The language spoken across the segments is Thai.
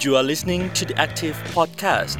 You are listening to the Active Podcast.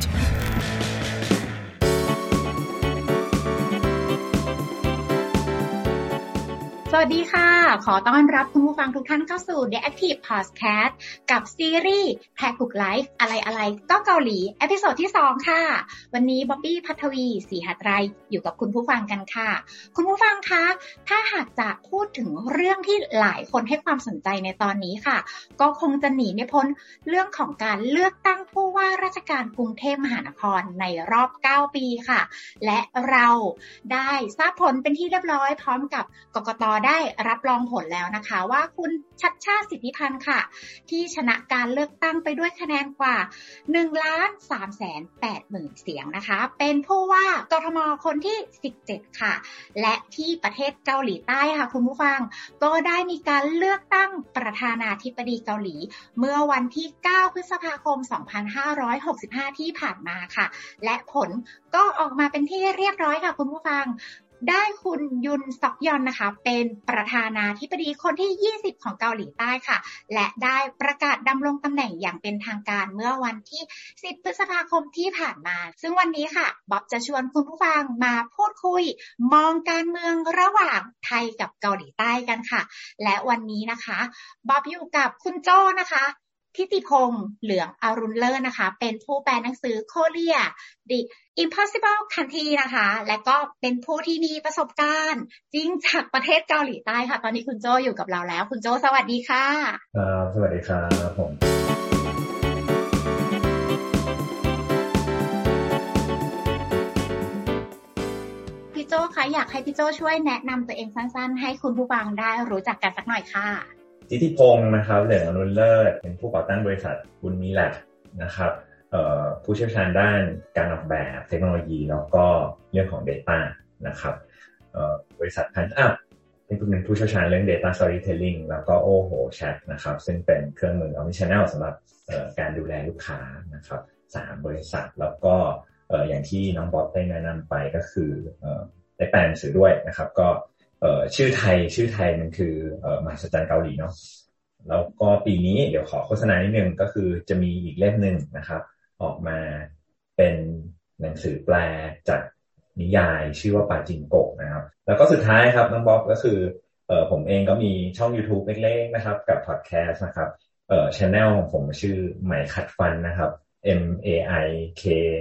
สวัสดีค่ะขอต้อนรับคุณผู้ฟังทุกท่านเข้าสู่ The Active Podcast กับซีรีส์แพรกุกไลฟ์อะไรก็เกาหลีเอพิโซดที่2ค่ะวันนี้บ๊อบบี้ภัทวีศรีหไตรอยู่กับคุณผู้ฟังกันค่ะคุณผู้ฟังคะถ้าหากจะพูดถึงเรื่องที่หลายคนให้ความสนใจในตอนนี้ค่ะก็คงจะหนีไม่พ้นเรื่องของการเลือกตั้งผู้ว่าราชการกรุงเทพมหานครในรอบ9ปีค่ะและเราได้ทราบผลเป็นที่เรียบร้อยพร้อมกับกกต.ได้รับรองผลแล้วนะคะว่าคุณชัชชาติสิทธิพันธ์ค่ะที่ชนะการเลือกตั้งไปด้วยคะแนนกว่า 1,380,000 เสียงนะคะเป็นผู้ว่ากทมคนที่17ค่ะและที่ประเทศเกาหลีใต้ค่ะคุณผู้ฟังก็ได้มีการเลือกตั้งประธานาธิบดีเกาหลีเมื่อวันที่9พฤษภาคม2565ที่ผ่านมาค่ะและผลก็ออกมาเป็นที่เรียบร้อยค่ะคุณผู้ฟังได้คุณยุนซอกยอนนะคะเป็นประธานาธิบดีคนที่20ของเกาหลีใต้ค่ะและได้ประกาศดำรงตำแหน่งอย่างเป็นทางการเมื่อวันที่10พฤษภาคมที่ผ่านมาซึ่งวันนี้ค่ะบ๊อบจะชวนคุณผู้ฟังมาพูดคุยมองการเมืองระหว่างไทยกับเกาหลีใต้กันค่ะและวันนี้นะคะบ๊อบอยู่กับคุณโจ้นะคะทิติพงษ์เหลืองอรุณเลิศนะคะเป็นผู้แปลหนังสือ Korea The Impossible Country นะคะและก็เป็นผู้ที่มีประสบการณ์จริงจากประเทศเกาหลีใต้ค่ะตอนนี้คุณโจอยู่กับเราแล้วคุณโจสวัสดีค่ะสวัสดีครับผมพี่โจคะอยากให้พี่โจช่วยแนะนำตัวเองสั้นๆให้คุณผู้ฟังได้รู้จักกันสักหน่อยค่ะทิติพงษ์นะครับเหลืองอรุณเลิศเป็นผู้ก่อตั้งบริษัทบุญมีแลบนะครับผู้เชี่ยวชาญด้านการออกแบบเทคโนโลยีแล้วก็เรื่องของ Data นะครับบริษัท Punch Up เป็นผู้เชี่ยวชาญเรื่อง Data Storytelling แล้วก็โอ้โห Chat นะครับซึ่งเป็นเครื่องมือ Omnichannel สำหรับการดูแลลูกค้านะครับ3บริษัทแล้วก็อย่างที่น้องบ๊อบได้แนะนำไปก็คือได้แปลหนังสือด้วยนะครับก็ชื่อไทยมันคือมหัศจรรย์เกาหลีเนาะแล้วก็ปีนี้เดี๋ยวขอโฆษณานิดนึงก็คือจะมีอีกเล่มนึงนะครับออกมาเป็นหนังสือแปลจากนิยายชื่อว่าปาจิงโกะนะครับแล้วก็สุดท้ายครับน้องบ๊อบก็คือผมเองก็มีช่อง YouTube เล็กๆนะครับกับพอดแคสต์นะครับchannel ของผมชื่อไหมขัดฟันนะครับ MAIK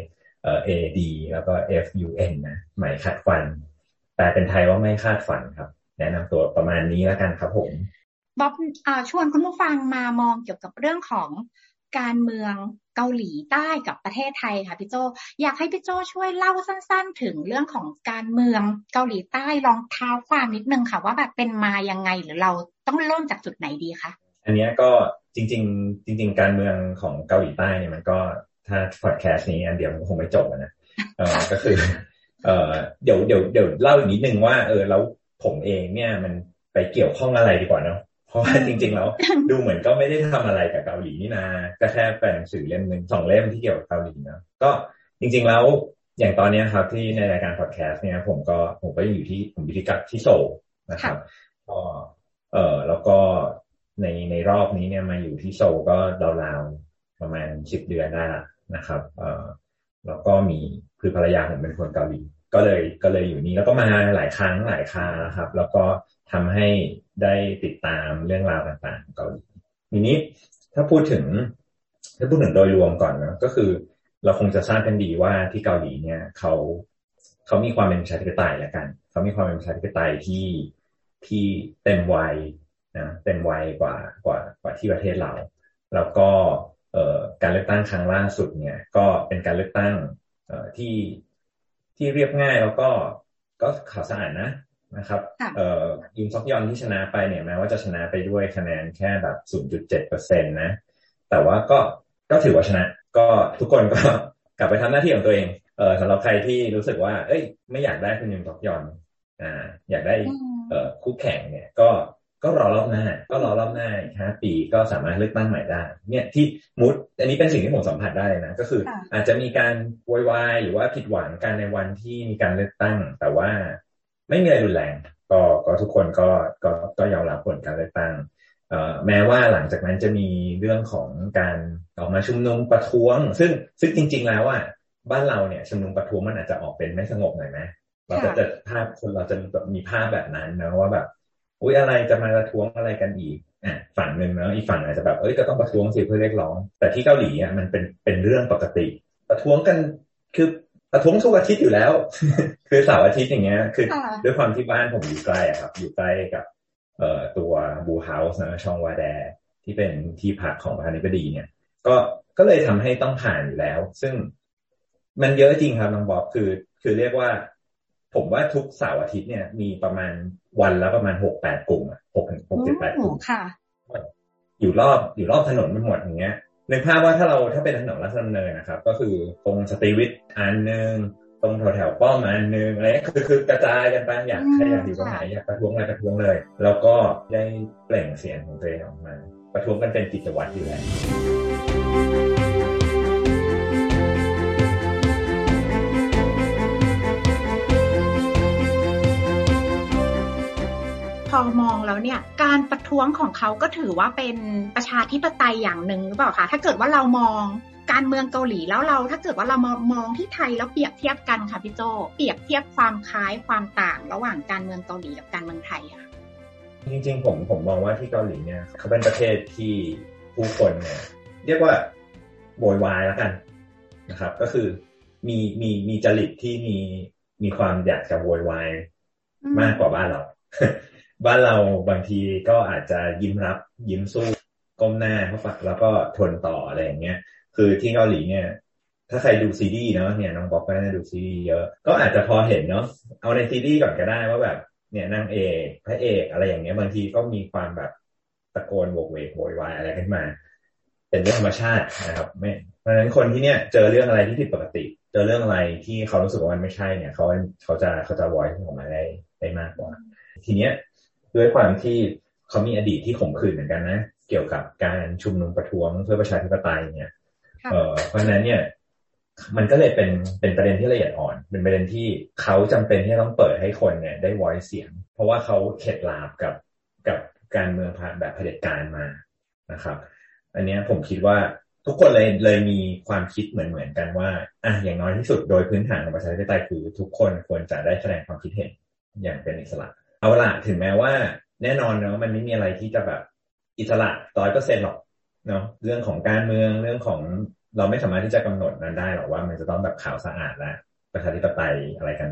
AD แล้วก็ FUN นะไหมขัดฟันแปลเป็นไทยว่าไม่คาดฝันครับแนะนำตัวประมาณนี้แล้วกันครับผมบ๊อบชวนคุณผู้ฟังมามองเกี่ยวกับเรื่องของการเมืองเกาหลีใต้กับประเทศไทยค่ะพี่โจอยากให้พี่โจช่วยเล่าสั้นๆถึงเรื่องของการเมืองเกาหลีใต้ลองเท้าความนิดนึงค่ะว่าแบบเป็นมายังไงหรือเราต้องเริ่มจากจุดไหนดีคะอันนี้ก็จริงการเมืองของเกาหลีใต้เนี่ยมันก็ถ้าพอดแคสต์นี้อันเดียวมันคงไม่จบนะก็คือเดี๋ยวเล่าอีกนิดนึงว่าแล้วผมเองเนี่ยมันไปเกี่ยวข้องอะไรดีกว่าเนาะเพราะว่าจริงๆแล้วดูเหมือนก็ไม่ได้ทำอะไรกับเกาหลีนี่นาก็แค่แปลหนังสือเล่มนึง2เล่มที่เกี่ยวกับเกาหลีนะก็จริงๆแล้วอย่างตอนนี้ครับที่ในรายการพอดแคสต์เนี่ยผมก็อยู่ที่กับที่โซลนะครับก็แล้วก็ในรอบนี้เนี่ยมาอยู่ที่โซลก็ราวๆประมาณ10 เดือนได้ละนะครับแล้วก็มีคือภรรยาผมเป็นคนเกาหลีก็เลยอยู่นี่แล้วก็มาหลายครั้งหลายคราครับแล้วก็ทำให้ได้ติดตามเรื่องราวต่างๆของเกาหลีทีนี้ถ้าพูดถึงโดยรวมก่อนนะก็คือเราคงจะทราบกันดีว่าที่เกาหลีเนี่ยเขามีความเป็นประชาธิปไตยแล้วกันเขามีความเป็นประชาธิปไตยที่เต็มวัยนะเต็มวัยกว่าที่ประเทศเราแล้วก็การเลือกตั้งครั้งล่าสุดเนี่ยก็เป็นการเลือกตั้งที่เรียบง่ายแล้วก็ข่าวสารนะครับยุนซอกยอนที่ชนะไปเนี่ยแม้ว่าจะชนะไปด้วยคะแนนแค่แบบ 0.7% นะแต่ว่าก็ถือว่าชนะก็ทุกคนก็กลับไปทำหน้าที่ของตัวเองสำหรับใครที่รู้สึกว่าไม่อยากได้คุณยุนซอกยอนอยากได้คู่แข่งเนี่ยก็รอรอบหน้าอีก5 ปีก็สามารถเลือกตั้งใหม่ได้เนี่ยที่มุดอันนี้เป็นสิ่งที่ผมสัมผัสได้นะก็คืออาจจะมีการโวยวายหรือว่าผิดหวังกันในวันที่มีการเลือกตั้งแต่ว่าไม่มีอะไรรุนแรงก็ทุกคนก็ยอมรับผลการเลือกตั้งแม้ว่าหลังจากนั้นจะมีเรื่องของการออกมาชุมนุมประท้วงซึ่งจริงๆแล้วอ่ะบ้านเราเนี่ยชุมนุมประท้วงมันอาจจะออกเป็นไม่สงบหน่อยไหมเราจะภาพคนเราจะมีภาพแบบนั้นนะว่าแบบอุ๊ยอะไรจะมาประท้วงอะไรกันอีกฝั่งหนึ่งเนาะอีกฝั่งอาจจะแบบก็ต้องประท้วงสิเพื่อเรียกร้องแต่ที่เกาหลีอ่ะมันเป็นเรื่องปกติประท้วงกันคือประท้วงทุกอาทิตย์อยู่แล้ว คือเสาร์อาทิตย์อย่างเงี้ยคือด้วยความที่บ้านผมอยู่ใกล้อ่ะครับอยู่ใกล้กับตัวบูเฮาส์นะชองวาแดที่เป็นที่พักของประธานาธิบดีเนี่ยก็เลยทำให้ต้องผ่านอยู่แล้วซึ่งมันเยอะจริงครับน้องบ๊อบคือเรียกว่าผมว่าทุกเสาร์อาทิตย์เนี่ยมีประมาณวันละประมาณ 6-8 กลุ่มอ่ะ6-7-8 กลุ่มค่ะอยู่รอบถนนไปหมดอย่างเงี้ยนึกภาพว่าถ้าเป็นถนนราชดำเนินนะครับก็คือตรงสตรีวิทอันนึงตรงแถวป้อมอันนึงอะไรคือกระจายกันไปอยากใครอยากอยู่ตรงไหนอยากประท้วงอะไรประท้วงเลยแล้วก็ได้เปล่งเสียงของตัวเองออกมาประท้วงกันเป็นกิจวัตรอยู่แล้วพอมองแล้วเนี่ยการประท้วงของเขาก็ถือว่าเป็นประชาธิปไตยอย่างหนึ่งหรือเปล่าคะถ้าเกิดว่าเรามองการเมืองเกาหลีแล้วถ้าเกิดว่าเรามองที่ไทยแล้วเปรียบเทียบกันค่ะพี่โจเปรียบเทียบความคล้ายความต่างระหว่างการเมืองเกาหลีกับการเมืองไทยค่ะจริงๆผมมองว่าที่เกาหลีเนี่ยเขาเป็นประเทศที่ผู้คนเนี่ยเรียกว่าโวยวายแล้วกันนะครับก็คือมีจริตที่มีความอยากจะโวยวายมากกว่าบ้านเรา บ้านเราบางทีก็อาจจะยิ้มรับยิ้มสู้ก้มหน้าเข้าไปแล้วก็ทนต่ออะไรอย่างเงี้ยคือที่เกาหลีเนี่ยถ้าใครดูซีรีส์เนาะเนี่ยน้องบ๊อบก็น่าดูซีรีส์เยอะก็อาจจะพอเห็นเนาะเอาในซีรีส์ก่อนก็ได้ว่าแบบเนี่ยนางเอกพระเอกอะไรอย่างเงี้ยบางทีก็มีความแบบตะโกนโวกเวกโวยวายอะไรขึ้นมาเป็นเรื่องธรรมชาตินะครับเพราะฉะนั้นคนที่เนี่ยเจอเรื่องอะไรที่ผิดปกติเจอเรื่องอะไรที่เขารู้สึกว่ามันไม่ใช่เนี่ยเขาจะ voice ออกมาได้มากกว่าทีเนี้ยด้วยความที่เขามีอดีตที่ขมขื่นเหมือนกันนะเกี่ยวกับการชุมนุมประท้วงเพื่อประชาธิปไตยเนี่ยเพราะฉะนั้นเนี่ยมันก็เลยเป็นประเด็นที่ละเอียดอ่อนเป็นประเด็นที่เขาจำเป็นที่ต้องเปิดให้คนเนี่ยได้ voice เสียงเพราะว่าเขาเข็ดหลาบกับการเมืองผ่านแบบเผด็จการมานะครับอันนี้ผมคิดว่าทุกคนเลยมีความคิดเหมือนกันว่าอย่างน้อยที่สุดโดยพื้นฐานของประชาธิปไตยคือทุกคนควรจะได้แสดงความคิดเห็นอย่างเป็นอิสระเอาล่ะถึงแม้ว่าแน่นอนเนาะมันไม่มีอะไรที่จะแบบอิสระ 100% หรอกเนาะเรื่องของการเมืองเรื่องของเราไม่สามารถที่จะกำหนดนั้นได้หรอกว่ามันจะต้องแบบขาวสะอาดและประชาธิปไตยอะไรกัน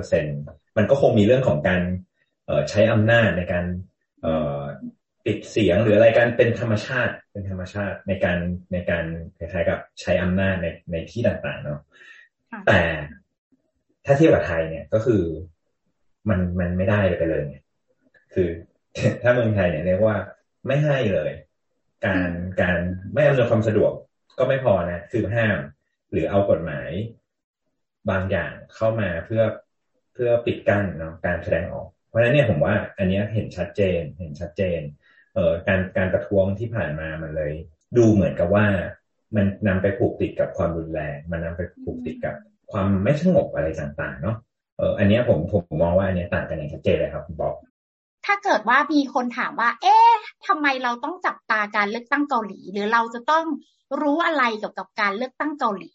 100% มันก็คงมีเรื่องของการใช้อำนาจในการปิดเสียงหรืออะไรกันเป็นธรรมชาติในการคล้ายๆกับใช้อำนาจในที่ต่างๆเนาะแต่ถ้าเทียบกับไทยเนี่ยก็คือมันไม่ได้ไปเลยคือถ้าเมืองไทยเนี่ยเรียกว่าไม่ให้เลยการไม่อำนวยความสะดวกก็ไม่พอนะคือห้ามหรือเอากฎหมายบางอย่างเข้ามาเพื่อปิดกั้นเนาะการแสดงออกเพราะฉะนั้นเนี่ยผมว่าอันนี้เห็นชัดเจนการประท้วงที่ผ่านมามันเลยดูเหมือนกับว่ามันนำไปผูกติดกับความรุนแรงมันนำไปผูกติดกับความไม่สงบอะไรต่างๆเนาะอันนี้ผมมองว่าอันนี้ต่างกันอย่างชัดเจนเลยครับคุณบ๊อบถ้าเกิดว่ามีคนถามว่าทำไมเราต้องจับตาการเลือกตั้งเกาหลีหรือเราจะต้องรู้อะไรเกี่ยวกับการเลือกตั้งเกาหลี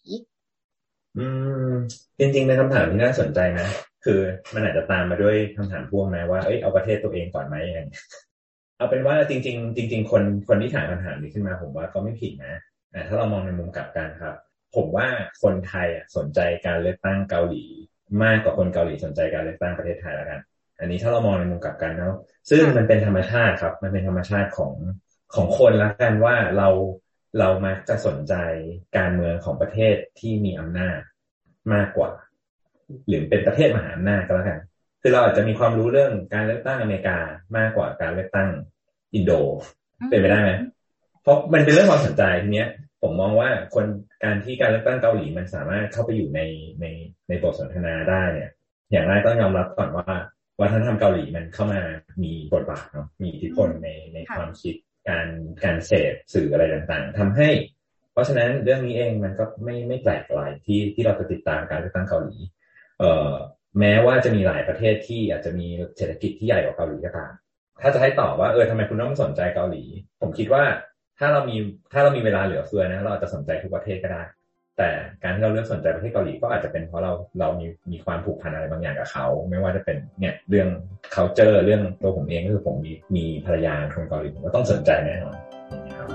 จริงๆเป็นคำถามที่น่าสนใจนะคือมันอาจจะตามมาด้วยคำถามพ่วงนะว่าเอาประเทศตัวเองก่อนไหมอย่างเอาเป็นว่าจริงคนที่ถามคำถามนี้ขึ้นมาผมว่าก็ไม่ผิดนะถ้าเรามองในมุมกลับกันครับผมว่าคนไทยสนใจการเลือกตั้งเกาหลีมากกว่าคนเกาหลีสนใจการเลือกตั้งประเทศไทยแล้วกันอันนี้ถ้าเรามองในมุมกลับกันเนาะซึ่งมันเป็นธรรมชาติครับมันเป็นธรรมชาติของคนละกันว่าเรามักจะสนใจการเมืองของประเทศที่มีอำนาจมากกว่าหรือเป็นประเทศมหาอำนาจก็แล้วกันคือเราอาจจะมีความรู้เรื่องการเลือกตั้งอเมริกามากกว่าการเลือกตั้งอินโดเป็นไปได้ไหมเพราะมันเป็นเรื่องความสนใจทีเนี้ยผมมองว่าการที่การเลือกตั้งเกาหลีมันสามารถเข้าไปอยู่ในบทสนทนาได้เนี่ยอย่างแรกต้องยอมรับก่อนว่าวัฒนธรรมเกาหลีมันเข้ามามีบทบาทเนาะมีอิทธิพลในความคิดการเสพสื่ออะไรต่างๆทำให้เพราะฉะนั้นเรื่องนี้เองมันก็ไม่แปลกอะไรที่เราจะติดตามการเลือกตั้งเกาหลีแม้ว่าจะมีหลายประเทศที่อาจจะมีเศรษฐกิจที่ใหญ่กว่าเกาหลีก็ตามถ้าจะให้ตอบว่าทำไมคุณต้องสนใจเกาหลีผมคิดว่าถ้าเรามีเวลาเหลือเฟือนะเราอาจจะสนใจทุกประเทศก็ได้แต่การที่เราเลือกสนใจประเทศเกาหลีก็อาจจะเป็นเพราะเรามีความผูกพันอะไรบางอย่างกับเขาไม่ว่าจะเป็นเนี่ยเรื่อง culture เรื่องตัวผมเองก็คือผมมีภรรยาคนเกาหลีผมก็ต้องสนใจแน่นอนนะครับ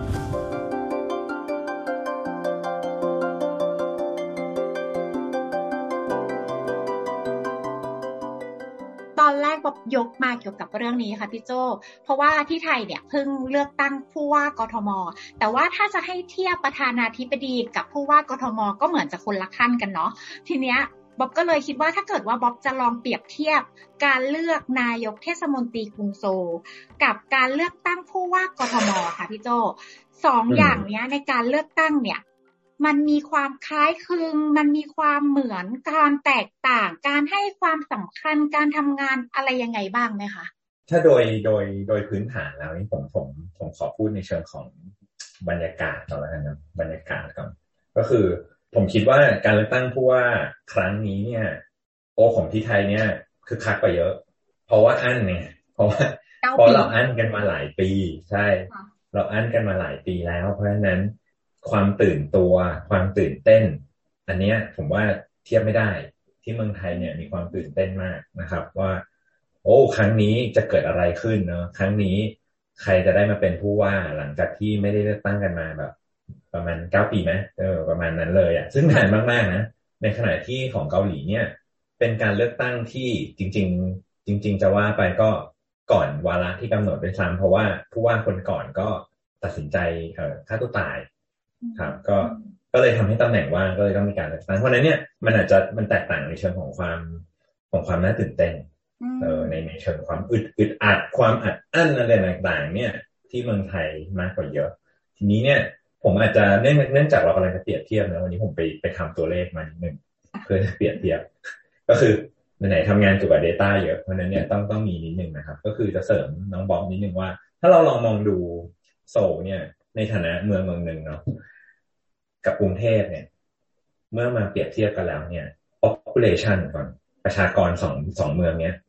ตอนแรกบ๊อบยกมาเกี่ยวกับเรื่องนี้ค่ะพี่โจเพราะว่าที่ไทยเนี่ยเพิ่งเลือกตั้งผู้ว่ากทมแต่ว่าถ้าจะให้เทียบประธานาธิบดีกับผู้ว่ากทมก็เหมือนจะคนละขั้นกันเนาะทีเนี้ยบ๊อบก็เลยคิดว่าถ้าเกิดว่าบ๊อบจะลองเปรียบเทียบการเลือกนายกเทศมนตรีกรุงโซลกับการเลือกตั้งผู้ว่ากทมค่ะพี่โจสองอย่างเนี้ยในการเลือกตั้งเนี่ยมันมีความคล้ายคลึงมันมีความเหมือนการแตกต่างการให้ความสำคัญการทำงานอะไรยังไงบ้างไหมคะถ้าโดยพื้นฐานแล้วนี่ผมขอพูดในเชิงของบรรยากาศก่อนแล้วกันนะบรรยากาศก่อนก็คือผมคิดว่าการเลือกตั้งผู้ว่าครั้งนี้เนี่ยของที่ไทยเนี่ยคือคักกว่าเยอะเพราะว่าอั้นเนี่ยเพราะเราอั้นกันมาหลายปีใช่เราอั้นกันมาหลายปีแล้วเพราะฉะนั้นความตื่นตัวความตื่นเต้นอันเนี้ยผมว่าเทียบไม่ได้ที่เมืองไทยเนี่ยมีความตื่นเต้นมากนะครับว่าครั้งนี้จะเกิดอะไรขึ้นเนาะครั้งนี้ใครจะได้มาเป็นผู้ว่าหลังจากที่ไม่ได้เลือกตั้งกันมาแบบประมาณ9 ปีไหมประมาณนั้นเลยอ่ะซึ่งนานมากๆนะในขณะที่ของเกาหลีเนี่ยเป็นการเลือกตั้งที่จริงจะว่าไปก็ก่อนวาระที่กำหนดด้วยซ้ำเพราะว่าผู้ว่าคนก่อนก็ตัดสินใจฆ่าตัวตายครับก็เลยทำให้ตำแหน่งว่างก็เลยต้องมีการเลือกตั้งเพราะนั้นเนี่ยมันแตกต่างในเชิงของความน่าตื่นเต้นในเชิงความอึดอัดความอัดอั้นอะไรต่างๆเนี่ยที่เมืองไทยมากกว่าเยอะทีนี้เนี่ยผมอาจจะเนื่องจากเรากำลังจะเปรียบเทียบนะวันนี้ผมไปทำตัวเลขมานิดนึงเพื่อเปรียบเทียบก็คือไหนทำงานเกี่ยวกับ data เยอะเพราะนั้นเนี่ยต้องมีนิดนึงนะครับก็คือจะเสริมน้องบอมนิดนึงว่าถ้าเราลองมองดูโซลเนี่ยในฐานะเมืองนึงเนาะกับกรุงเทพเนี่ยเมื่อมาเปรียบเทียบกันแล้วเนี่ย population ก่อนประชากรสองเมืองเนี้ย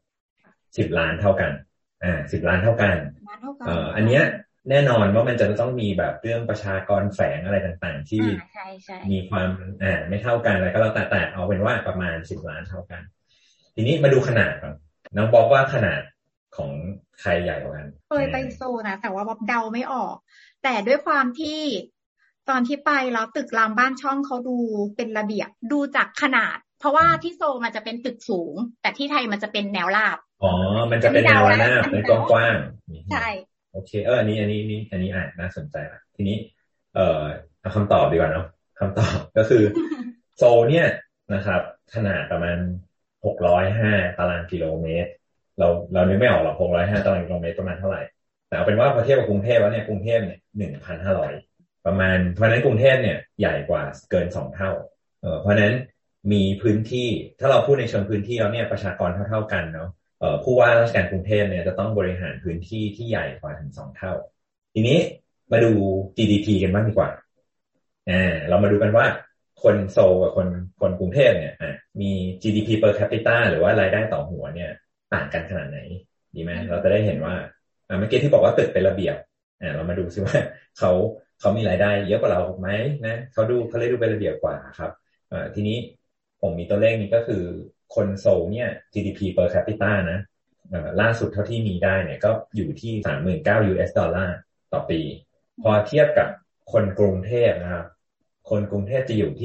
10 ล้านเท่ากัน10 ล้านเท่ากันอันเนี้ยแน่นอนว่ามันจะต้องมีแบบเรื่องประชากรแฝงอะไรต่างๆที่มีความไม่เท่ากันอะไรก็แล้วแต่เอาเป็นว่าประมาณ10 ล้านเท่ากันทีนี้มาดูขนาดก่อนน้องบอกว่าขนาดของใครใหญ่กว่ากันเคยไปโซนะแต่ว่าบ๊อบเดาไม่ออกแต่ด้วยความที่ตอนที่ไปแล้วตึกรามบ้านช่องเขาดูเป็นระเบียบดูจากขนาดเพราะว่าที่โซมันจะเป็นตึกสูงแต่ที่ไทยมันจะเป็นแนวราบมันจะเป็นแนวราบเป็นกว้างใช่โอเคอันนี้น่าสนใจละทีนี้เอาคำตอบดีกว่าเนาะคำตอบก็คือโซเนี่ยนะครับขนาดประมาณ605 ตารางกิโลเมตรเรานึกไม่ออกหรอก605 ตารางกิโลเมตรประมาณเท่าไหร่แต่เอาเป็นว่าพอเทียบกับกรุงเทพแล้วเนี่ยกรุงเทพเนี่ย 1,500 ประมาณเพราะนั้นกรุงเทพเนี่ยใหญ่กว่าเกิน2 เท่าเพราะนั้นมีพื้นที่ถ้าเราพูดในเชิงพื้นที่แล้วเนี่ยประชากรเท่ากันเนาะผู้ว่าราชการกรุงเทพเนี่ยจะต้องบริหารพื้นที่ที่ใหญ่กว่าถึง2 เท่าทีนี้มาดู GDP กันบ้างดีกว่าเรามาดูกันว่าคนโซลกับคนกรุงเทพเนี่ยมี GDP per capita หรือว่ารายได้ต่อหัวเนี่ยต่างกันขนาดไหนดีไหมเราจะได้เห็นว่าเมื่อกี้ที่บอกว่าตึกเป็นระเบียบเรามาดูซิว่าเขามีรายได้เยอะกว่าเราไหมนะเขาเลยดูเป็นระเบียบกว่าครับทีนี้ผมมีตัวเลขนี้ก็คือคนโซลเนี่ย GDP per capita นะล่าสุดเท่าที่มีได้เนี่ยก็อยู่ที่ 39,000 US ดอลลาร์ต่อปีพอเทียบกับคนกรุงเทพนะครับคนกรุงเทพจะอยู่ที่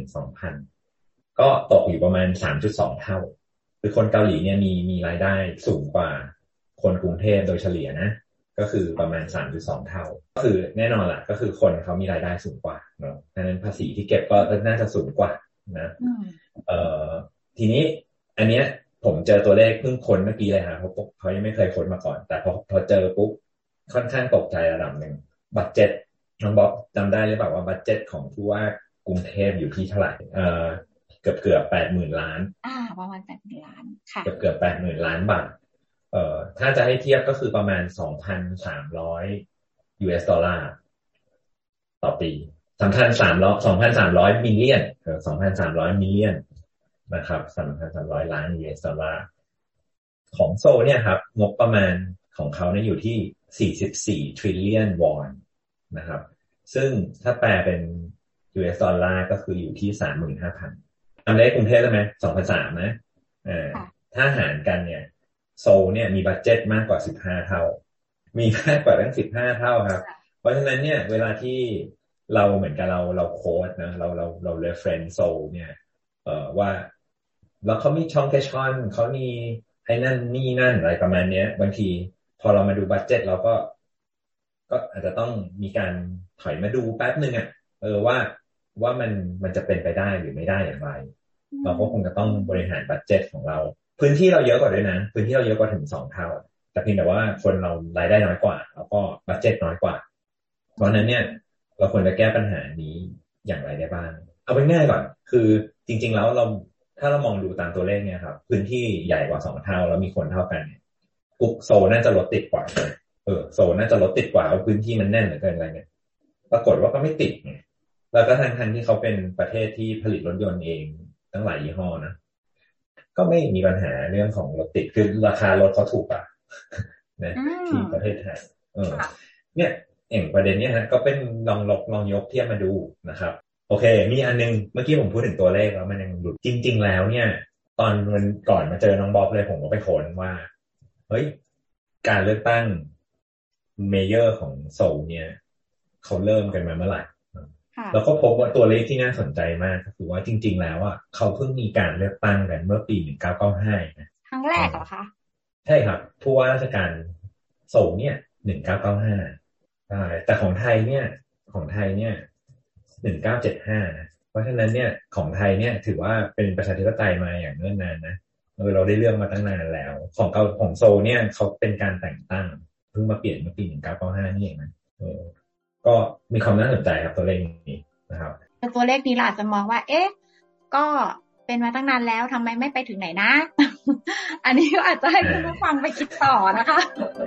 12,000 ก็ตกอยู่ประมาณ 3.2 เท่าคือคนเกาหลีเนี่ยมีรายได้สูงกว่าคนกรุงเทพโดยเฉลี่ยนะก็คือประมาณ 3.2 เท่าก็คือแน่นอนแหละก็คือคนเขามีรายได้สูงกว่าเนาะดังนั้นภาษีที่เก็บก็น่าจะสูงกว่านะทีนี้อันเนี้ยผมเจอตัวเลขเพิ่งค้นเมื่อกี้เลยฮะเขายังไม่เคยค้นมาก่อนแต่พอเจอปุ๊บค่อนข้างตกใจระดับหนึ่งบัดเจ็ตน้องบ๊อบจำได้หรือเปล่าว่าบัดเจ็ตของผู้ว่ากรุงเทพอยู่ที่เท่าไหร่เกือบ 80,000 ล้านประมาณ 80,000 ล้านค่ะเกือบ 80,000 ล้านบาทถ้าจะให้เทียบก็คือประมาณ 2,300 US ดอลลาร์ต่อปี 2,300 มิลเลียน2,300 มิลเลียนนะครับ 3,300 ล้าน US ดอลลาร์ของโซลเนี่ยครับงบประมาณของเขาเนี่ยอยู่ที่44 trillion won นะครับซึ่งถ้าแปลเป็น US ดอลลาร์ก็คืออยู่ที่ 35,000 ทำได้กรุงเทพได้ไหม 2,300 นะถ้าหารกันเนี่ยโซลเนี่ยมีบัดเจ็ตมากกว่า15 เท่ามีมากกว่าตั้ง15 เท่าครับเพราะฉะนั้นเนี่ยเวลาที่เราเหมือนกับเราโค้ดนะเรา reference โซลเนี่ยว่าแล้วเขามีช่องแคชชอนเขามีไอ้นั่นนี่นั่นอะไรประมาณนี้บางทีพอเรามาดูบัดเจ็ตเราก็อาจจะต้องมีการถอยมาดูแป๊บนึงว่ามันจะเป็นไปได้หรือไม่ได้อย่างไรเราก็คงจะต้องบริหารบัดเจ็ตของเราพื้นที่เราเยอะกว่าด้วยนะพื้นที่เราเยอะกว่าถึง2 เท่าแต่เพียงแต่ว่าคนเรารายได้น้อยกว่าแล้วก็บัดเจ็ตน้อยกว่าเพราะนั้นเนี่ยเราควรจะแก้ปัญหานี้อย่างไรได้บ้างเอาไปง่ายก่อนคือจริงๆแล้วถ้าเรามองดูตามตัวเลขเนี่ยครับพื้นที่ใหญ่กว่า2 เท่าแล้วมีคนเท่ากันเนี่ยกุ๊กโซน่าจะรถติดกว่าโซน่าจะรถติดกว่าเอาพื้นที่มันแน่นเหลือเกินอะไรเนี่ยปรากฏว่าก็ไม่ติดไงแล้วก็ทั้งที่เขาเป็นประเทศที่ผลิตรถยนต์เองตั้งหลายยี่ห้อนะก็ไม่มีปัญหาเรื่องของรถติดคือราคารถเขาถูกอ่ะนะที่ประเทศไทยเนี่ยอย่างประเด็นเนี้ยนะก็เป็นลองยกเทียบมาดูนะครับโอเคมีอันนึงเมื่อกี้ผมพูดถึงตัวเลขแล้วมันยังหลุดจริงๆแล้วเนี่ยตอนวันก่อนมาเจอน้องบ๊อบเลยผมก็ไปค้นว่าเฮ้ยการเลือกตั้งเมเยอร์ของโซลเนี่ยเขาเริ่มกันมาเมื่อไหร่แล้วก็พบว่าตัวเลขที่น่าสนใจมากก็คือว่าจริงๆแล้วอ่ะเขาเพิ่งมีการเลือกตั้งกันเมื่อปี1995นะครั้งแรกเหรอคะใช่ครับผู้ว่าราชการโซลเนี่ย1995ใช่แต่ของไทยเนี่ย1975นะเพราะฉะนั้นเนี่ยของไทยเนี่ยถือว่าเป็นประชาธิปไตยมาอย่างเนิ่นนานนะเราได้เรื่องมาตั้งนานแล้วของโซลเนี่ยเขาเป็นการแต่งตั้งเพิ่งมาเปลี่ยนเมื่อปี1995นี่เองนะก็มีความน่าสนใจครับตัวเลขนี้นะครับตัวเลขนี้เราอาจจะมองว่าก็เป็นมาตั้งนานแล้วทำไมไม่ไปถึงไหนนะ อันนี้ก็อาจจะให้คุณผู้ฟังไปคิดต่อนะคะ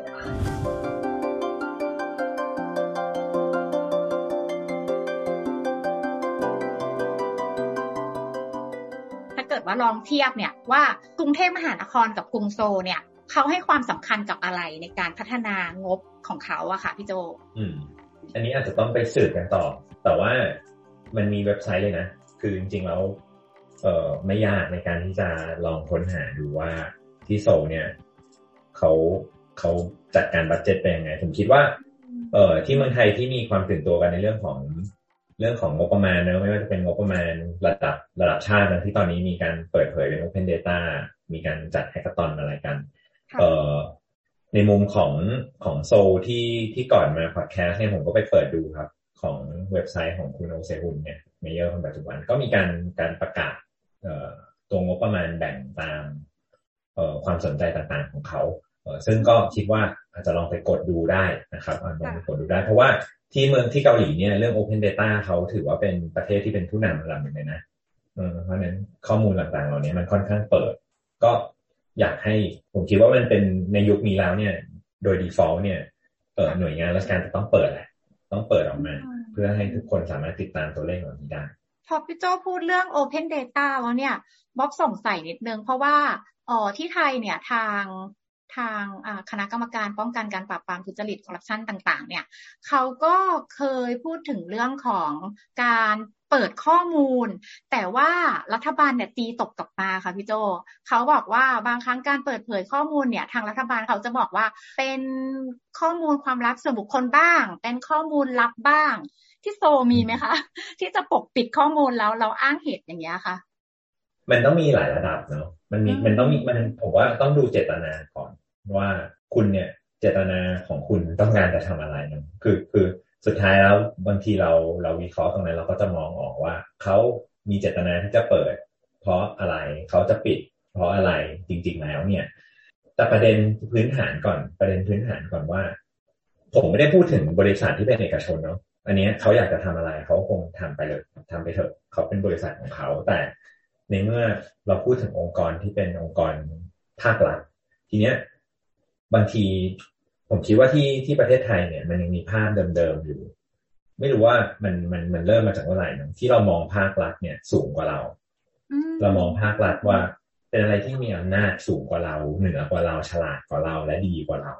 ถ้าเกิดว่าลองเทียบเนี่ยว่ากรุงเทพมหานครกับกรุงโซลเนี่ยเขาให้ความสำคัญกับอะไรในการพัฒนางบของเขาอะค่ะพี่โจอันนี้อาจจะต้องไปสืบกันต่อแต่ว่ามันมีเว็บไซต์เลยนะคือจริงๆแล้วไม่ยากในการที่จะลองค้นหาดูว่าที่โซลเนี่ยเขาจัดการบัดเจ็ตเป็นยังไงผมคิดว่าที่เมืองไทยที่มีความตื่นตัวกันในเรื่องของงบประมาณนะไม่ว่าจะเป็นงบประมาณระดับชาตินะที่ตอนนี้มีการเปิดเผยเป็น Open Data มีการจัดแฮกเกอร์ธอนอะไรกันในมุมของโซลที่ก่อนมาพอดแคสต์เนี่ยผมก็ไปเปิดดูครับของเว็บไซต์ของคุณโอเซฮุนเนี่ยเมเยอร์คนปัจจุบันก็มีการประกาศตัวงบประมาณแบ่งตามความสนใจต่างๆของเขาซึ่งก็คิดว่าอาจจะลองไปกดดูได้นะครับลองไปกดดูได้เพราะว่าที่เกาหลีเนี่ยเรื่อง Open Data เขาถือว่าเป็นประเทศที่เป็นผู้นำระดับหนึ่งเลยนะเพราะฉะนั้นข้อมูลต่างๆเหล่านี้มันค่อนข้างเปิดก็อยากให้ผมคิดว่ามันเป็นในยุคนี้แล้วเนี่ยโดย default เนี่ยหน่วยงานราชการจะต้องเปิดแหละต้องเปิดออกมาเพื่อให้ทุกคนสามารถติดตามตัวเลขเหล่านี้ได้พอพี่โจ้พูดเรื่อง Open Data แล้วเนี่ยบ๊อบสงสัยนิดนึงเพราะว่าที่ไทยเนี่ยทางคณะกรรมการป้องกันการปราบปรามทุจริตคอร์รัปชันต่างๆเนี่ยเขาก็เคยพูดถึงเรื่องของการเปิดข้อมูลแต่ว่ารัฐบาลเนี่ยตีตกกลับมาค่ะพี่โจเขาบอกว่าบางครั้งการเปิดเผยข้อมูลเนี่ยทางรัฐบาลเขาจะบอกว่าเป็นข้อมูลความลับส่วนบุคคลบ้างเป็นข้อมูลลับบ้างที่โซมีไหมคะที่จะปกปิดข้อมูลแล้วเราอ้างเหตุอย่างเงี้ยค่ะมันต้องมีหลายระดับเนาะมันต้องมีผมว่าต้องดูเจตนาก่อนว่าคุณเนี่ยเจตนาของคุณต้องการจะทำอะไรนะคือสุดท้ายแล้วบางทีเราวิเคราะห์ตรงนั้นเราก็จะมองออกว่าเขามีเจตนาที่จะเปิดเพราะอะไรเขาจะปิดเพราะอะไรจริงๆแล้วเนี่ยแต่ประเด็นพื้นฐานก่อนว่าผมไม่ได้พูดถึงบริษัทที่เป็นเอกชนเนาะอันนี้เขาอยากจะทำอะไรเขาคงทำไปเลยทำไปเถอะเขาเป็นบริษัทของเขาแต่ในเมื่อเราพูดถึงองค์กรที่เป็นองค์กรภาครัฐทีเนี้ยบางทีผมคิดว่าที่ประเทศไทยเนี่ยมันยังมีภาพเดิมๆอยู่ไม่รู้ว่ามันเริ่มมาจากเมื่อไหร่นะที่เรามองภาครัฐเนี่ยสูงกว่าเรามองภาครัฐว่าเป็นอะไรที่มีอำนาจสูงกว่าเราเหนือกว่าเราฉลาดกว่าเราและดีกว่าเรา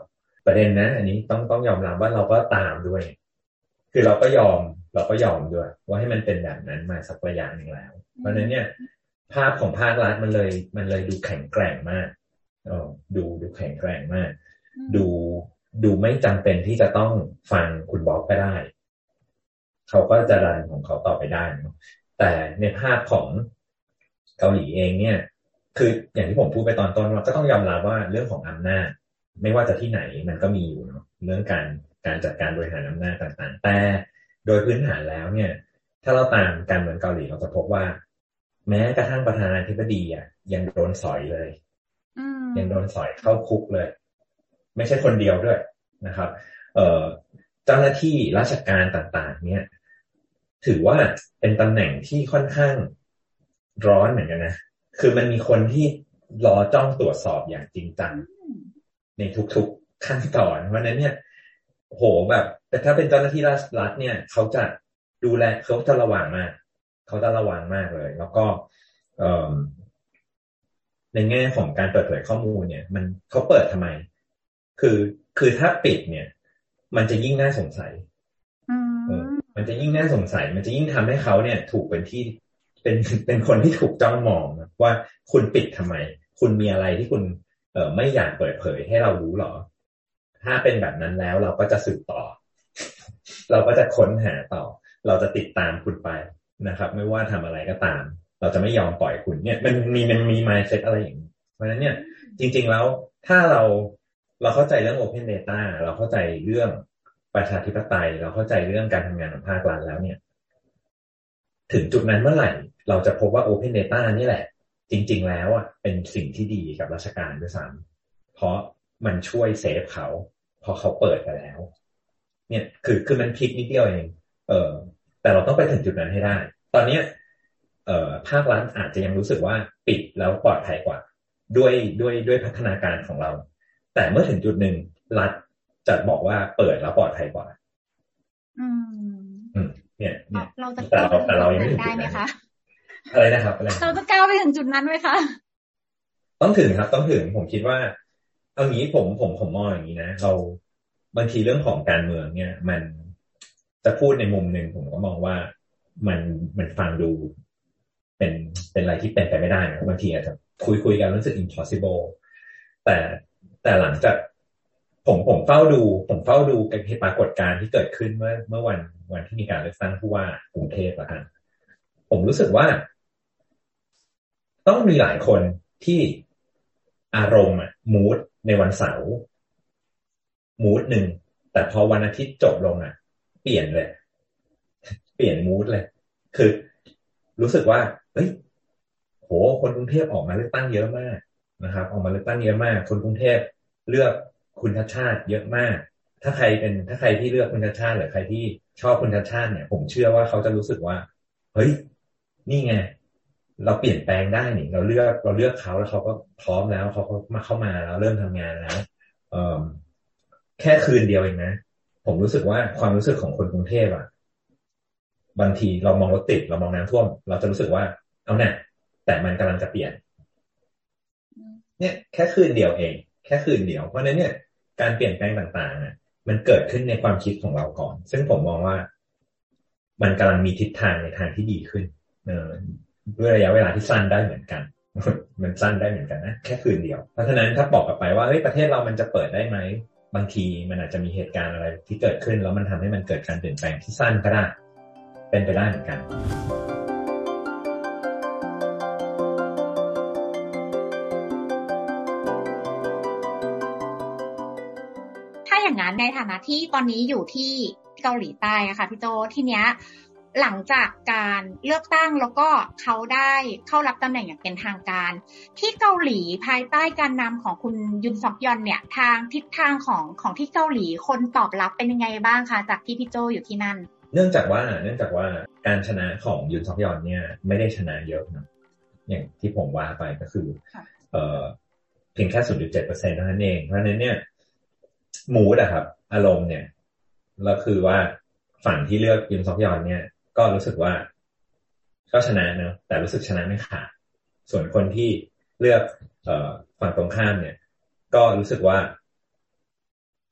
ประเด็นนะอันนี้ต้องยอมรับว่าเราก็ตามด้วยคือเราก็ยอมด้วยว่าให้มันเป็นแบบนั้นมาสักระยะหนึ่งแล้วเพราะฉะนั้นเนี่ยภาพของภาครัฐมันเลยดูแข็งแกร่งมากดูแข็งแกร่งมากดูไม่จำเป็นที่จะต้องฟังคุณบ๊อบก็ได้เขาก็จะรันของเขาต่อไปได้แต่ในภาพของเกาหลีเองเนี่ยคืออย่างที่ผมพูดไปตอนต้นว่าก็ต้องยอมรับว่าเรื่องของอำนาจไม่ว่าจะที่ไหนมันก็มีอยู่เนาะเรื่องการจัดการบริหารอำนาจต่างๆแต่โดยพื้นฐานแล้วเนี่ยถ้าเราตามการเมืองเกาหลีเราจะพบว่าแม้กระทั่งประธานาธิบดียังโดนสอยเลยยังโดนสอยเข้าคุกเลยไม่ใช่คนเดียวด้วยนะครับเจ้าหน้าที่ราชการต่างๆเนี่ยถือว่าเป็นตำแหน่งที่ค่อนข้างร้อนเหมือนกันนะคือมันมีคนที่รอจ้องตรวจสอบอย่างจริงจังในทุกๆขั้นตอนเพราะนั้นเนี่ยโหแบบแต่ถ้าเป็นเจ้าหน้าที่รัฐเนี่ยเขาจะดูแลเขาจะระวังมากเลยแล้วก็ในแง่ของการเปิดเผยข้อมูลเนี่ยมันเขาเปิดทำไมคือถ้าปิดเนี่ยมันจะยิ่งน่าสงสัยมันจะยิ่งน่าสงสัยมันจะยิ่งทำให้เขาเนี่ยถูกเป็นคนที่ถูกจ้องมองว่าคุณปิดทำไมคุณมีอะไรที่คุณไม่อยากเปิดเผยให้เรารู้หรอถ้าเป็นแบบนั้นแล้วเราก็จะสืบต่อเราก็จะค้นหาต่อเราจะติดตามคุณไปนะครับไม่ว่าทำอะไรก็ตามเราจะไม่ยอมปล่อยคุณเนี่ยมันมี mindset อะไรอย่างนี้เพราะฉะนั้นเนี่ยจริงๆแล้วถ้าเราเข้าใจเรื่อง Open Data เราเข้าใจเรื่องประชาธิปไตยเราเข้าใจเรื่องการทำงานของภาครัฐแล้วเนี่ยถึงจุดนั้นเมื่อไหร่เราจะพบว่า Open Data นี่แหละจริงๆแล้วเป็นสิ่งที่ดีกับราชการด้วยซ้ำเพราะมันช่วยเซฟเขาพอเขาเปิดไปแล้วเนี่ยคือมันพลิกนิดเดียวเองแต่เราต้องไปถึงจุดนั้นให้ได้ตอนนี้ภาครัฐอาจจะยังรู้สึกว่าปิดแล้วปลอดภัยกว่าด้วยพัฒนาการของเราแต่เมื่อถึงจุดหนึ่งรัฐจะบอกว่าเปิดแล้วปลอดภัยกว่าเนี่ยเราจะแต่เรายังไม่ถึงจุดนั้นอะไรนะครับเราจะก้าวไปถึงจุดนั้นไหมคะต้องถึงครับต้องถึงผมคิดว่าเอางี้ผมมองอย่างนี้นะเราบางทีเรื่องของการเมืองเนี่ยมันจะพูดในมุมหนึ่งผมก็มองว่ามันฟังดูเป็นอะไรที่เป็นไปไม่ได้นะบางทีอาจจะคุยกันรู้สึก impossible แต่หลังจากผมเฝ้าดูปรากฏการณ์ที่เกิดขึ้นเมื่อวันที่มีการเลือกตั้งผู้ว่ากรุงเทพแล้วกันผมรู้สึกว่าต้องมีหลายคนที่อารมณ์มูดในวันเสาร์มูดหนึ่งแต่พอวันอาทิตย์จบลงเปลี่ยนมูดเลยคือรู้สึกว่าเฮ้ยโหคนกรุงเทพออกมาเลือกตั้งเยอะมากนะครับออกมาเลือกตั้งเยอะมากคนกรุงเทพเลือกคุณชัชชาติเยอะมากถ้าใครที่เลือกคุณชัชชาติหรือใครที่ชอบคุณชัชชาติเนี่ยผมเชื่อว่าเขาจะรู้สึกว่าเฮ้ยนี่ไงเราเปลี่ยนแปลงได้นี่เราเลือกเขาแล้วเขาก็พร้อมแล้วเขาก็เข้ามาแล้วเริ่มทำงานแล้วแค่คืนเดียวเองนะผมรู้สึกว่าความรู้สึกของคนกรุงเทพบางทีเรามองรถติดเรามองน้ำท่วมเราจะรู้สึกว่าเอาเนี่ยแต่มันกำลังจะเปลี่ยนเนี่ยแค่คืนเดียวเองแค่คืนเดียวเพราะนั้นเนี่ยการเปลี่ยนแปลงต่างๆมันเกิดขึ้นในความคิดของเราก่อนซึ่งผมมองว่ามันกำลังมีทิศทางในทางที่ดีขึ้นด้วยระยะเวลาที่สั้นได้เหมือนกันมันสั้นได้เหมือนกันนะแค่คืนเดียวเพราะฉะนั้นถ้าบอกกลับไปว่าเฮ้ยประเทศเรามันจะเปิดได้ไหมบางทีมันอาจจะมีเหตุการณ์อะไรที่เกิดขึ้นแล้วมันทำให้มันเกิดการเปลี่ยนแปลงที่สั้นก็ได้เป็นไปได้เหมือนกันถ้าอย่างนั้นในฐานะที่ตอนนี้อยู่ที่เกาหลีใต้ค่ะพี่โจทีเนี้ยหลังจากการเลือกตั้งแล้วก็เขาได้เข้ารับตำแหน่งอย่างเป็นทางการที่เกาหลีภายใต้การนำของคุณยุนซอกยอนเนี่ยทางทิศทางของที่เกาหลีคนตอบรับเป็นยังไงบ้างคะจากที่พี่โจอยู่ที่นั่นเนื่องจากว่าการชนะของยุนซอกยอนเนี่ยไม่ได้ชนะเยอะนะอย่างที่ผมว่าไปก็คือเพียงแค่ 0.7% เท่านั้นเองเพราะฉะนั้นเนี่ยมูดครับอารมณ์เนี่ยแล้วคือว่าฝั่งที่เลือกยุนซอกยอนเนี่ยก็รู้สึกว่าก็ชนะเนอะแต่รู้สึกชนะไม่ขาดส่วนคนที่เลือกฝั่งตรงข้ามเนี่ยก็รู้สึกว่า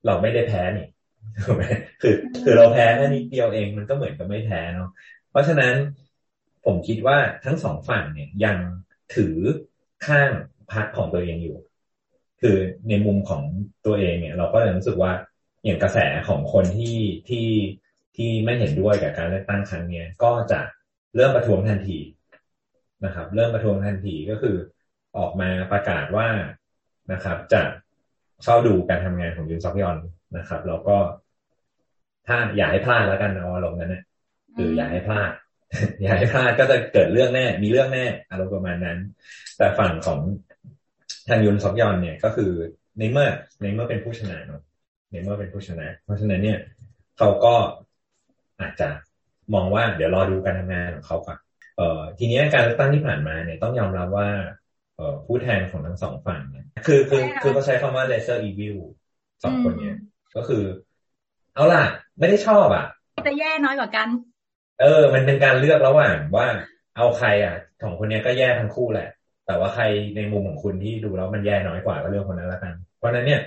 เราไม่ได้แพ้นี่ถูกไหมคือเราแพ้แค่นิดเดียวเองมันก็เหมือนกับไม่แพ้เนาะเพราะฉะนั้นผมคิดว่าทั้งสองฝั่งเนี่ยยังถือข้างพรรคของตัวเองอยู่คือในมุมของตัวเองเนี่ยเราก็เลยรู้สึกว่าอย่างกระแสของคนที่ไม่เห็นด้วยกับการเลือกตั้งครั้งนี้ก็จะเริ่มประท้วงทันทีนะครับเริ่มประท้วงทันทีก็คือออกมาประกาศว่านะครับจะเฝ้าดูการทำงานของยุนซอกยอนนะครับแล้วก็ถ้าอย่าให้พลาดแล้วกันเอาอารมณ์นั้นนะคืออย่าให้พลาด อย่าให้พลาดก็จะเกิดเรื่องแน่มีเรื่องแน่อารมณ์ประมาณนั้นแต่ฝั่งของทางยุนซอกยอนเนี่ยก็คือในเมื่อเป็นผู้ชนะเนาะในเมื่อเป็นผู้ชนะเพราะฉะนั้นเนี่ยเขาก็อาจจะมองว่าเดี๋ยวรอดูการทำงานของเขาก่อนทีนี้การเลือกตั้งที่ผ่านมาเนี่ยต้องยอมรับว่าผู้แทนของทั้งสองฝั่งเนี่ยคือเขาใช้คำว่า lesser evil สองคนเนี่ยก็คือเอาล่ะไม่ได้ชอบอ่ะจะแย่น้อยกว่ากันมันเป็นการเลือกระหว่างว่าเอาใครอ่ะสองคนนี้ก็แย่ทั้งคู่แหละแต่ว่าใครในมุมของคุณที่ดูแล้วมันแย่น้อยกว่าก็เลือกคนนั้นละกันเพราะนั้นเนี่ย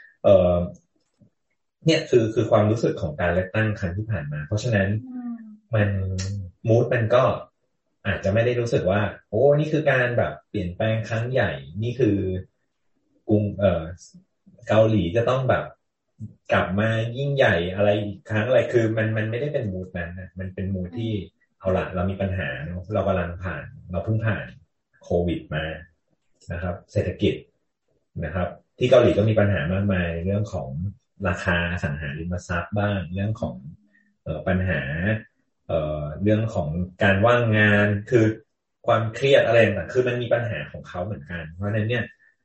เนี่ยคือความรู้สึกของการเลือกตั้งครั้งที่ผ่านมาเพราะฉะนั้นมันมูดมันก็อาจจะไม่ได้รู้สึกว่าโอ้นี่คือการแบบเปลี่ยนแปลงครั้งใหญ่นี่คือกรุงเกาหลีจะต้องแบบกลับมายิ่งใหญ่อะไรอีกครั้งอะไรคือมันไม่ได้เป็นมูดนั้นนะมันเป็นมูดที่เอาละเรามีปัญหาเนาะเรากำลังเราเพิ่งผ่านโควิดมานะครับเศรษฐกิจนะครับที่เกาหลีก็มีปัญหามากมายเรื่องของราคาอสังหาริมทรัพย์บ้างเรื่องของปัญหาเรื่องของการว่างงานคือความเครียดอะไรต่างๆคือมันมีปัญหาของเขาเหมือนกันเพราะฉะนั้นเนี่ย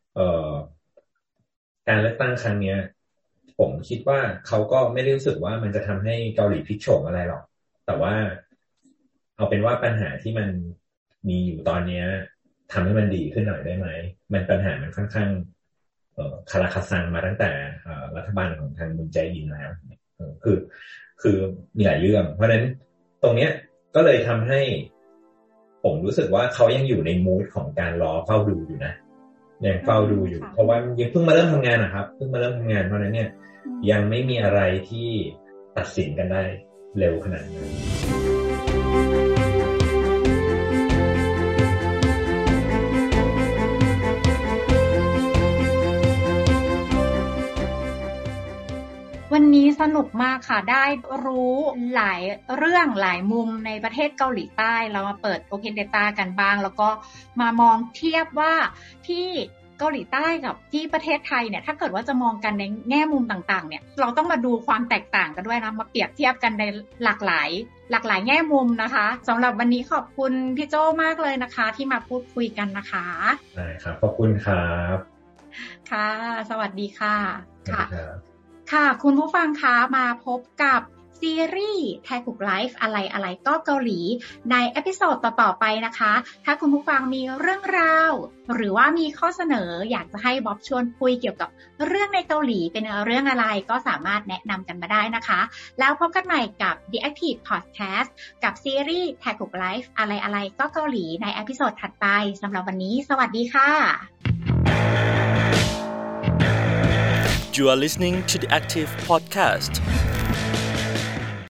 การเลือกตั้งครั้งนี้ผมคิดว่าเขาก็ไม่ได้รู้สึกว่ามันจะทำให้เกาหลีพลิกโฉมอะไรหรอกแต่ว่าเอาเป็นว่าปัญหาที่มันมีอยู่ตอนนี้ทำให้มันดีขึ้นหน่อยได้ไหมมันปัญหามันค่อนข้างคาราคาซังมาตั้งแต่รัฐบาลของทางมุนแจอินแล้วคือมีหลายเรื่องเพราะฉะนั้นตรงเนี้ยก็เลยทำให้ผมรู้สึกว่าเขายังอยู่ในมูดของการรอเฝ้าดูอยู่นะยังเฝ้าดูอยู่เพราะว่ายังเพิ่งมาเริ่มทำงานนะครับเพิ่งมาเริ่มทำงานเพราะนั้นเนี่ยยังไม่มีอะไรที่ตัดสินกันได้เร็วขนาดนั้นวันนี้สนุกมากค่ะได้รู้หลายเรื่องหลายมุมในประเทศเกาหลีใต้เรามาเปิด Open Data กันบ้างแล้วก็มามองเทียบว่าที่เกาหลีใต้กับที่ประเทศไทยเนี่ยถ้าเกิดว่าจะมองกันในแง่มุมต่างๆเนี่ยเราต้องมาดูความแตกต่างกันด้วยนะมาเปรียบเทียบกันในหลากหลายแง่มุมนะคะสำหรับวันนี้ขอบคุณพี่โจ้มากเลยนะคะที่มาพูดคุยกันนะคะได้ครับขอบคุณครับค่ะสวัสดีค่ะค่ะคุณผู้ฟังคะมาพบกับซีรีส์แทกุกไลฟ์อะไรก็เกาหลีในเอพิโซดต่อๆไปนะคะถ้าคุณผู้ฟังมีเรื่องราวหรือว่ามีข้อเสนออยากจะให้บ๊อบชวนคุยเกี่ยวกับเรื่องในเกาหลีเป็นเรื่องอะไรก็สามารถแนะนำกันมาได้นะคะแล้วพบกันใหม่กับ The Active Podcast กับซีรีส์แทกุกไลฟ์อะไรก็เกาหลีในเอพิโซดถัดไปสำหรับวันนี้สวัสดีค่ะ You are listening to the Active Podcast.